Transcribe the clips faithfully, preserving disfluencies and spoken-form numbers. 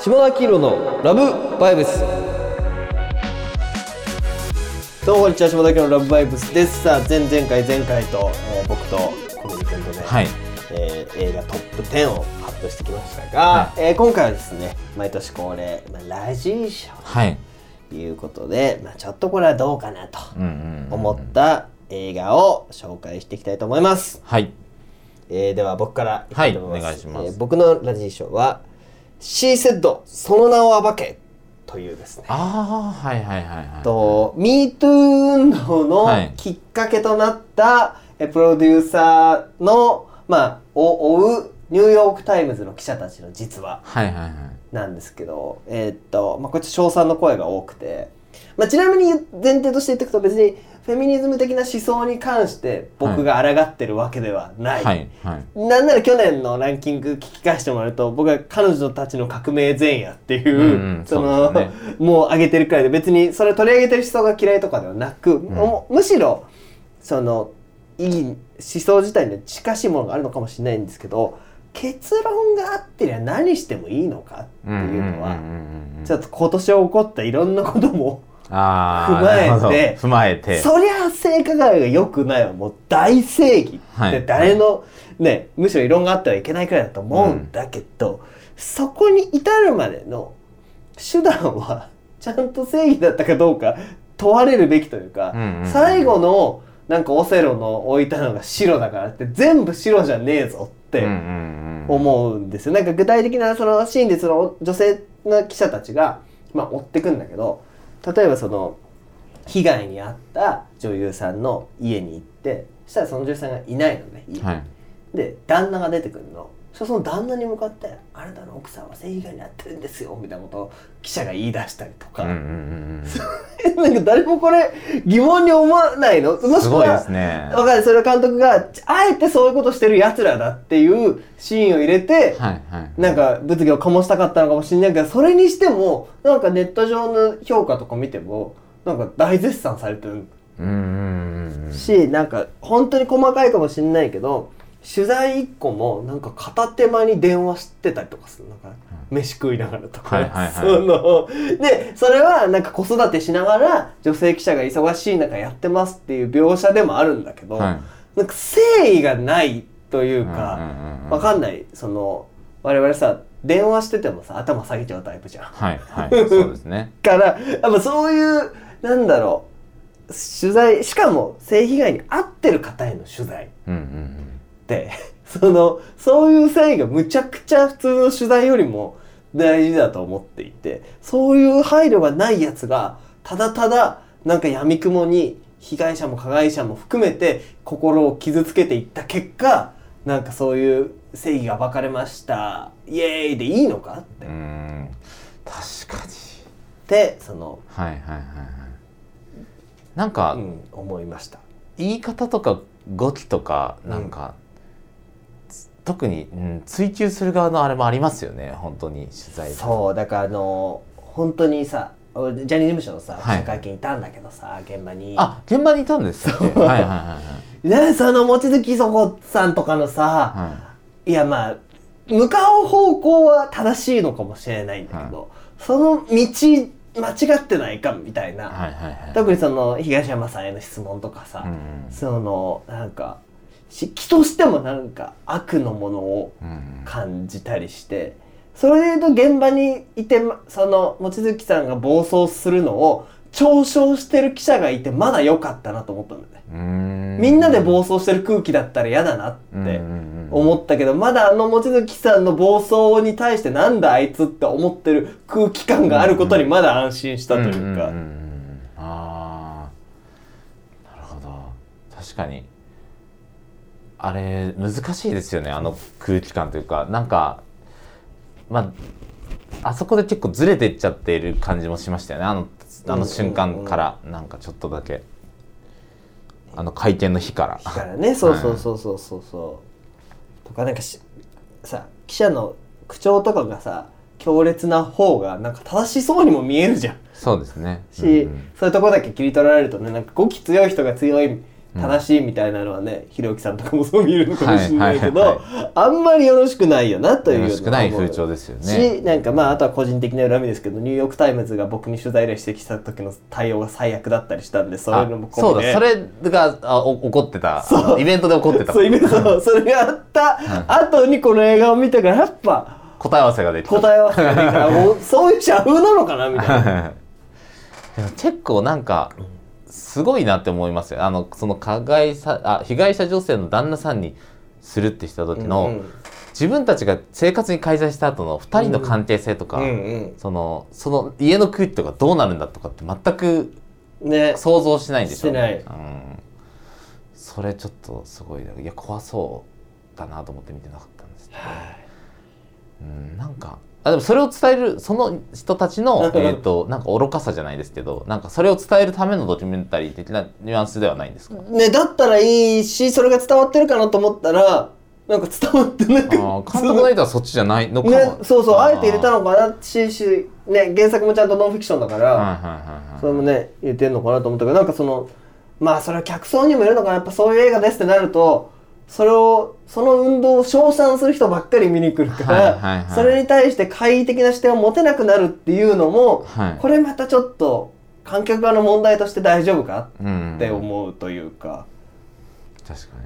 島田明のラブバイブス。どうもこんにちは、島田明のラブバイブスです。さあ前々回前回と、えー、僕と小麦君とね、はいえー、映画トップじゅうを発表してきましたが、はいえー、今回はですね毎年恒例、まあ、ラジー賞ということで、はいまあ、ちょっとこれはどうかなと思った映画を紹介していきたいと思います。 はい、 えー、では僕からいきたいと思います。 はい、お願いします。 えー、僕のラジー賞はシーセッドその名を暴けというですね。 ああ、はいはいはいはい。 と ミートゥー 運動のきっかけとなった、はい、プロデューサーのまあを追うニューヨークタイムズの記者たちの実話なんですけど、はいはいはい、えー、っとまあこっち称賛の声が多くて、まあ、ちなみに前提として言っていくと別にフェミニズム的な思想に関して僕が抗ってるわけではない、はいはいはい、なんなら去年のランキング聞き返してもらうと僕は彼女たちの革命前夜っていう、うんうん、その、ね、もう上げてるくらいで別にそれ取り上げてる思想が嫌いとかではなく、うん、むしろそのいい思想自体に近しいものがあるのかもしれないんですけど、結論があってりゃ何してもいいのかっていうのはちょっと今年起こったいろんなことも踏まえて踏まえてそりゃ性加害が良くないわ、もう大正義って誰の、はい、ねむしろ異論があってはいけないくらいだと思うんだけど、うん、そこに至るまでの手段はちゃんと正義だったかどうか問われるべきというか、うんうんうん、最後のなんかオセロの置いたのが白だからって全部白じゃねえぞって思うんですよ。なんか具体的なそのシーンでその女性の記者たちが、まあ、追ってくんだけど、例えばその被害に遭った女優さんの家に行ってそしたらその女優さんがいないのね、はい、で旦那が出てくるの。その旦那に向かってあなたの奥さんは性被害に遭ってるんですよみたいなことを記者が言い出したりとか、うんうんうん、なんか誰もこれ疑問に思わないの。 すごいですね。 分かる。それは監督があえてそういうことしてるやつらだっていうシーンを入れて、はいはい、なんか物議を醸したかったのかもしれないけど、それにしてもなんかネット上の評価とか見てもなんか大絶賛されてる、うんうんうん、し、なんか本当に細かいかもしれないけど取材いっこもなんか片手間に電話してたりとかする。なんか飯食いながらとか、はいはいはい、そのでそれはなんか子育てしながら女性記者が忙しい中やってますっていう描写でもあるんだけど、はい、なんか誠意がないというか、うんうんうん、わかんない。その我々さ電話しててもさ頭下げちゃうタイプじゃん。はいはいそうですね。からやっぱそういうなんだろう取材、しかも性被害に遭ってる方への取材。うんうんうんそのそういう繊維がむちゃくちゃ普通の取材よりも大事だと思っていて、そういう配慮がないやつがただただなんか闇雲に被害者も加害者も含めて心を傷つけていった結果、なんかそういう正義が暴かれましたイエーイでいいのかって。うーん確かにでそのはいはいはいはいなんか、 うん、思いました。 言い方とか語気とかなんか、うん特に、うん、追求する側のあれもありますよね。本当に取材でそうだからあの本当にさジャニーズ事務所のさ記者会見いたんだけどさ、はい、現場にあ現場にいたんですよね。はいはいはいはいね、その望月そこさんとかのさ、はい、いやまあ向かう方向は正しいのかもしれないんだけど、はい、その道間違ってないかみたいな、はいはいはい、特にその東山さんへの質問とかさ、うん、そのなんか気としてもなんか悪のものを感じたりして、うん、それで言うと現場にいてその望月さんが暴走するのを嘲笑してる記者がいてまだ良かったなと思ったんだよね。うーんみんなで暴走してる空気だったら嫌だなって思ったけど、まだあの望月さんの暴走に対してなんだあいつって思ってる空気感があることにまだ安心したというか、うんうんうん、 あーなるほど確かにあれ難しいですよね、あの空気感というか、なんかまああそこで結構ずれていっちゃっている感じもしましたよね、あのあの瞬間からなんかちょっとだけあの会見の日から日からね、そうそうそうそうそうそうとかなんかしさ記者の口調とかがさ強烈な方がなんか正しそうにも見えるじゃん。 そうですね。 し、うんうん、そういうとこだけ切り取られるとねなんか語気強い人が強い正しいみたいなのはね、ひろゆきさんとかもそう見るのかもしれないけど、はいはいはいはい、あんまりよろしくないよなというよろしくない風潮ですよね。 し、なんかまああとは個人的な恨みですけど、ニューヨークタイムズが僕に取材依頼してきた時の対応が最悪だったりしたんで、そういうのもそうだ、それがあお起こってた、イベントで起こってた、 そうイベントそれがあった後にこの映画を見たからやっぱ答え合わせができた。 答え合わせができたからもうそういう社風なのかなみたいな。 でも結構なんかすごいなって思いますよ。あのその加害者あ被害者女性の旦那さんにするってした時の、うんうん、自分たちが生活に介在した後のふたりの関係性とか、うんうん、そのその家の空気とかどうなるんだとかって全く、ね、想像しないんでしょうね。うん、それちょっとすごいいや怖そうだなと思って見てなかったんですけど、うん、なんかあでもそれを伝えるその人たちのえとなんか愚かさじゃないですけど、なんかそれを伝えるためのドキュメンタリー的なニュアンスではないんですかね。だったらいいし、それが伝わってるかなと思ったらなんか伝わってない。監督の意図はそっちじゃないのかも、 ね、そうそう、あえて入れたのかなしし、ね、原作もちゃんとノンフィクションだから、はいはいはいはい、それもね言ってんのかなと思ったけど、なんかそのまあそれは客層にもいるのかな、やっぱそういう映画ですってなるとそれをその運動を称賛する人ばっかり見に来るから、はいはいはい、それに対して懐疑的な視点を持てなくなるっていうのも、はい、これまたちょっと観客側の問題として大丈夫かって思うというか、 うん、確かに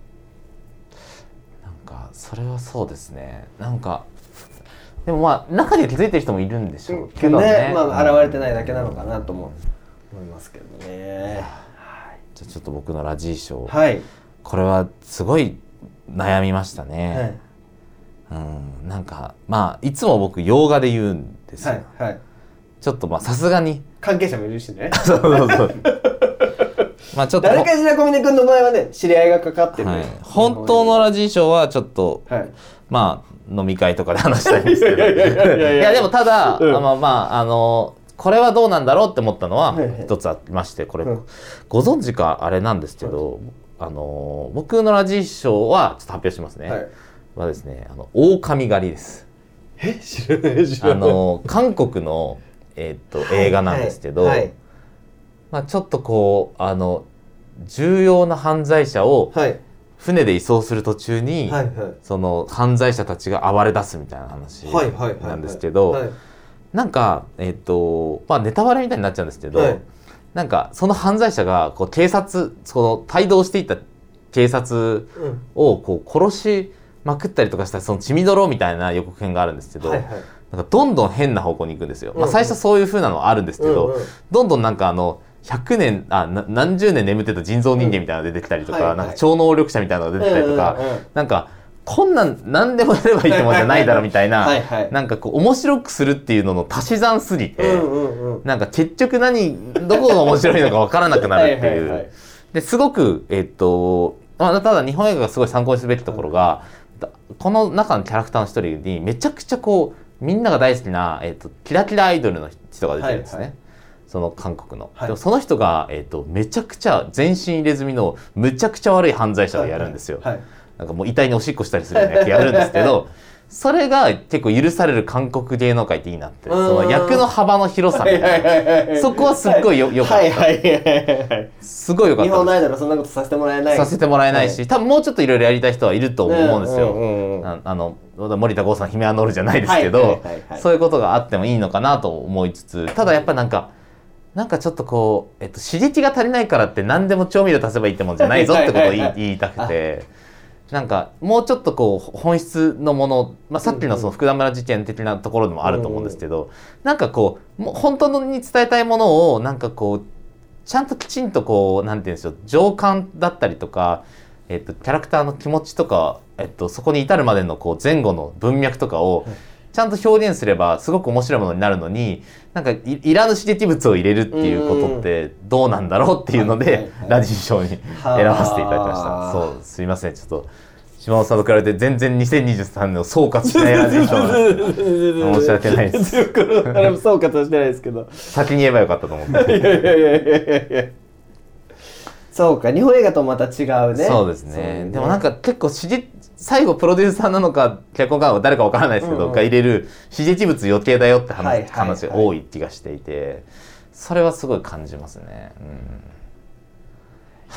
なんかそれはそうですね。なんかでもまあ中で気づいてる人もいるんでしょうけどね、ね、 まあ現れてないだけなのかなとも思いますけどね、 はい、じゃあちょっと僕のラジー賞、 はい、 これはすごい悩みましたね、はい、うん、なんかまあいつも僕洋画で言うんですよ、はいはい、ちょっとまあさすがに関係者もいるしねそうそうそうまあちょっと誰かしら小峰君の場合はね知り合いがかかってる、はい、 本当のラジー賞はちょっと、はい、まあ飲み会とかで話したいんですけどいやでもただ、うん、まあまああのこれはどうなんだろうって思ったのは一つありまして、これ、うん、ご存知かあれなんですけど、うんあのー、僕のラジー賞はちょっと発表しますね、はい、はですね、あの狼狩りです。 え知らない知らない。 あのー、韓国の、えー、っと映画なんですけど、はいはいまあ、ちょっとこうあの重要な犯罪者を船で移送する途中に、はいはい、その犯罪者たちが暴れ出すみたいな話なんですけど、なんか、えーっとまあ、ネタバレみたいになっちゃうんですけど、はいなんかその犯罪者がこう警察その帯同していた警察をこう殺しまくったりとかしたその血みどろみたいな予告編があるんですけど、はいはい、なんかどんどん変な方向に行くんですよ、うんうんまあ、最初そういう風なのはあるんですけど、うんうん、どんどんなんかあのひゃくねんあな何十年眠ってた人造人間みたいなのが出てきたりとか、うんはいはい、なんか超能力者みたいなのが出てきたりとか、うんうんうん、なんかこんなん何でもやればいいってもんじゃないだろみたいな、はいはい、なんかこう面白くするっていうのの足し算すぎて、うんうんうん、なんか結局何どこが面白いのか分からなくなるっていうはいはい、はい、ですごくえっとただ日本映画がすごい参考にすべきところが、うん、この中のキャラクターの一人にめちゃくちゃこうみんなが大好きな、えっと、キラキラアイドルの人が出てるんですね、はいはい、その韓国の、はい、でもその人が、えっと、めちゃくちゃ全身入れ墨のむちゃくちゃ悪い犯罪者をやるんですよ、はいはいはいなんかもう遺体におしっこしたりするような役やるんですけどそれが結構許される韓国芸能界っていいなってその役の幅の広さみたいなそこはすっごいよ、よかったすごいよかった。 日本のアイドルはそんなことさせてもらえないさせてもらえないし、はい、多分もうちょっといろいろやりたい人はいると思うんですよ、うんうんうん、あ, あの森田剛さん姫はノルじゃないですけど、はいはいはいはい、そういうことがあってもいいのかなと思いつつただやっぱなんかなんかちょっとこう、えっと、刺激が足りないからって何でも調味料足せばいいってもんじゃないぞってことを 言, い言いたくてなんかもうちょっとこう本質のもの、まあ、さっきのその福田村事件的なところでもあると思うんですけど、うんうん、なんかこうもう本当に伝えたいものをなんかこうちゃんときちんとこうなんていうんでしょう情感だったりとか、えっと、キャラクターの気持ちとか、えっと、そこに至るまでのこう前後の文脈とかをちゃんと表現すればすごく面白いものになるのになんか い, いらぬ刺激物を入れるっていうことってどうなんだろうっていうので、うん、ラジー賞に選ばせていただきました。そうすいませんちょっと島本さんと比べて全然にせんにじゅうさんねんを総括しないラジー賞なんで申し訳ないです総括はしてないですけど先に言えばよかったと思っていやいやいやいやいやそうか日本映画とまた違うねそうです ね, ねでもなんか結構刺激最後プロデューサーなのか脚本家なのか誰かわからないですけど、うんうん、が入れる刺激物余計だよって話、はいはいはい、話が多い気がしていてそれはすごい感じますね、うん、はい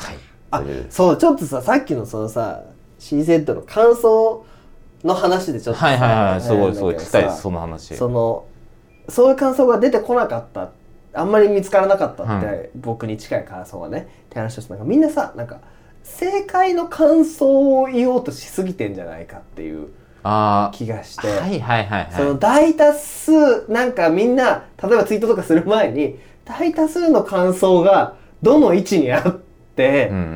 あそうちょっとささっきのそのさ C セットの感想の話でちょっとはいはいはいすごいすごい聞きたいですその話。 そのそういう感想が出てこなかったあんまり見つからなかったって、はい、僕に近い感想がねって話をしてなんかみんなさなんか正解の感想を言おうとしすぎてんじゃないかっていう気がして、 はいはいはいはい、 その大多数なんかみんな例えばツイートとかする前に大多数の感想がどの位置にあって、うんうんうん、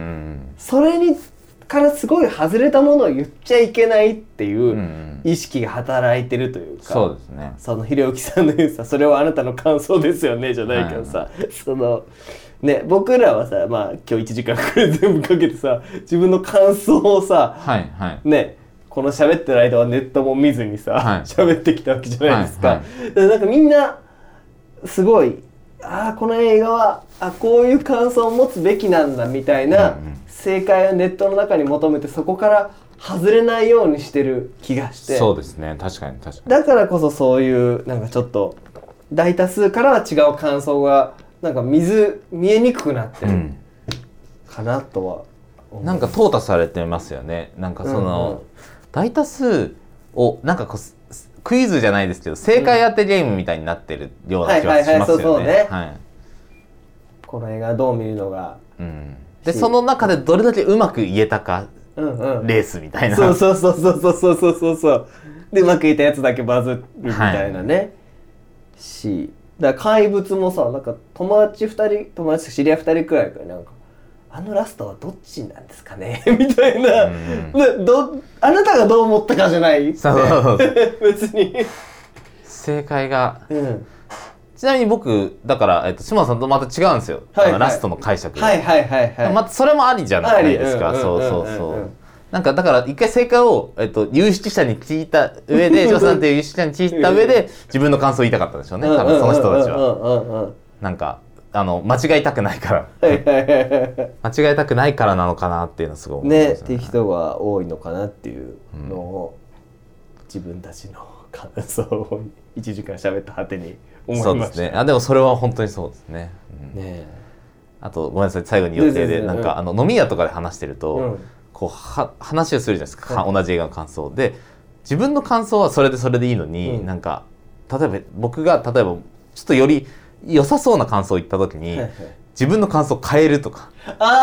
それにからすごい外れたものを言っちゃいけないっていう意識が働いてるというか、 そうですね。 そのひろゆきさんの言うさそれはあなたの感想ですよねじゃないけどさ、はいはい、そのね僕らはさまあ今日いちじかんくらい全部かけてさ自分の感想をさ、はいはい、ねこの喋ってる間はネットも見ずにさ喋、はい、ってきたわけじゃないですか、はいはい、だからなんかみんなすごいああこの映画はあこういう感想を持つべきなんだみたいな正解をネットの中に求めてそこから外れないようにしてる気がして、 そうですね確かに確かにだからこそそういうなんかちょっと大多数からは違う感想がなんか水見えにくくなってるかなとは思う、 うん、なんか淘汰されてますよねなんかその、うんうん、大多数をなんかこうクイズじゃないですけど正解当てゲームみたいになってるような気がしますよね。 この映画どう見るのが、 うん、でその中でどれだけうまく言えたか、うんうん、レースみたいなそうそうそうそうそうそうそうそうでうまく言ったやつだけバズるみたいなね、はい、しだから怪物もさなんか友達ふたり友達知り合いふたりくらいからなんかあのラストはどっちなんですかねみたいな、うん、どあなたがどう思ったかじゃないそう別に正解が、うん、ちなみに僕だから、えっと、島田さんとまた違うんですよ、はいはい、あのラストの解釈が、はいはいはいはい、またそれもありじゃないですか、そうそうそうなんかだから一回正解を、えっと、有識者に聞いた上で島田さんっていう有識者に聞いた上で自分の感想を言いたかったんでしょうね多分その人たちはなんかあの間違いたくないから間違いたくないからなのかなっていうのすごい思いますね。 ねっていう人が多いのかなっていうのを、うん、自分たちの感想をいちじかん喋った果てに思いました。 そうですね。あでもそれは本当にそうですね。うん、ねあとごめんなさい最後に予定でなんか、うん、あの飲み屋とかで話してると、うん、こうは話をするじゃないですか、うん、同じ映画の感想で自分の感想はそれでそれでいいのに、うん、なんか例えば僕が例えばちょっとより良さそうな感想を言った時に、はいはい、自分の感想を変えるとか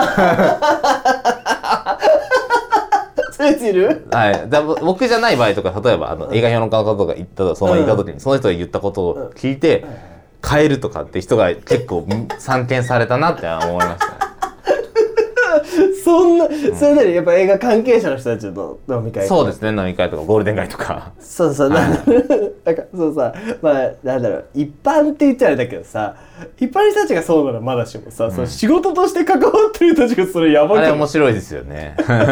あそういうやついる？ はい、だ僕じゃない場合とか例えばあの映画評論家の方が言ったその言った時に、うん、その人が言ったことを聞いて、うん、変えるとかって人が結構散見されたなって思いましたねそんな、うん、それなりやっぱ映画関係者の人たちの飲み会そうですね飲み会とかゴールデン街とかそうそうなんかそうさまあなんだろう一般って言っちゃあれだけどさ一般の人たちがそうならまだしもさ、うん、その仕事として関わってる人たちがそれやばいあれ面白いですよね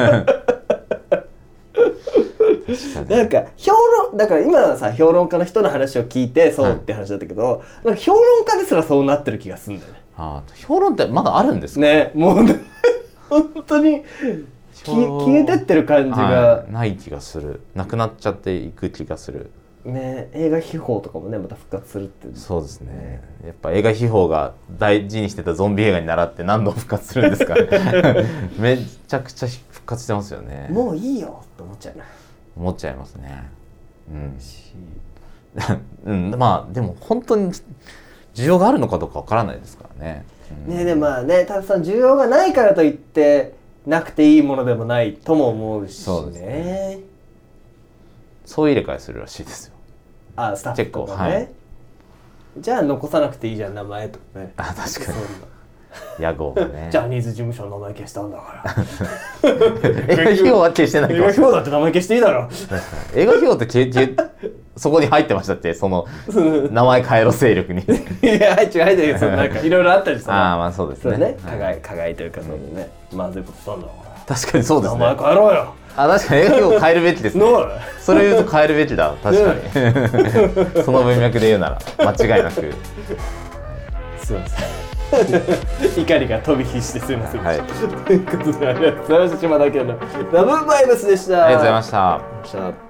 なんか評論だから今はさ評論家の人の話を聞いてそうって話だったけど、うん、なんか評論家ですらそうなってる気がするんだよね。 あ評論ってまだあるんですかねもうね本当に消えてってる感じが、 はい、ない気がするなくなっちゃっていく気がするね。映画秘宝とかもねまた復活するってそうですねやっぱ映画秘宝が大事にしてたゾンビ映画に習って何度復活するんですかねめちゃくちゃ復活してますよね。 もういいよって思っちゃうな思っちゃいますねうん、うん、まあでも本当に需要があるのかどうかわからないですからね、 うん、ねでまあねただその需要がないからといってなくていいものでもないとも思うしね。そうですねそう入れ替えするらしいですよ。 あスタッフとかね、はい、じゃあ残さなくていいじゃん名前とかね。 あ確かに屋号がねジャニーズ事務所の名前消したんだから映画費用は消してないかもしれない。 映画費用だって名前消していいだろ映画費用って消えそこに入ってましたってその名前変えろ勢力にいや入っちゃ入ってるけどなんかいろいろあったりさああまあそうですねね加害加害というかそうねまずいことしたんだから確かにそうですね名前変えろよあ確かに映画費用変えるべきですねそれ言うと変えるべきだ確かにその文脈で言うなら間違いなくすいません怒りが飛び火してすみません。はい。ということでありがとうございました。島田家のラブバイブスでした。 ありがとうございました。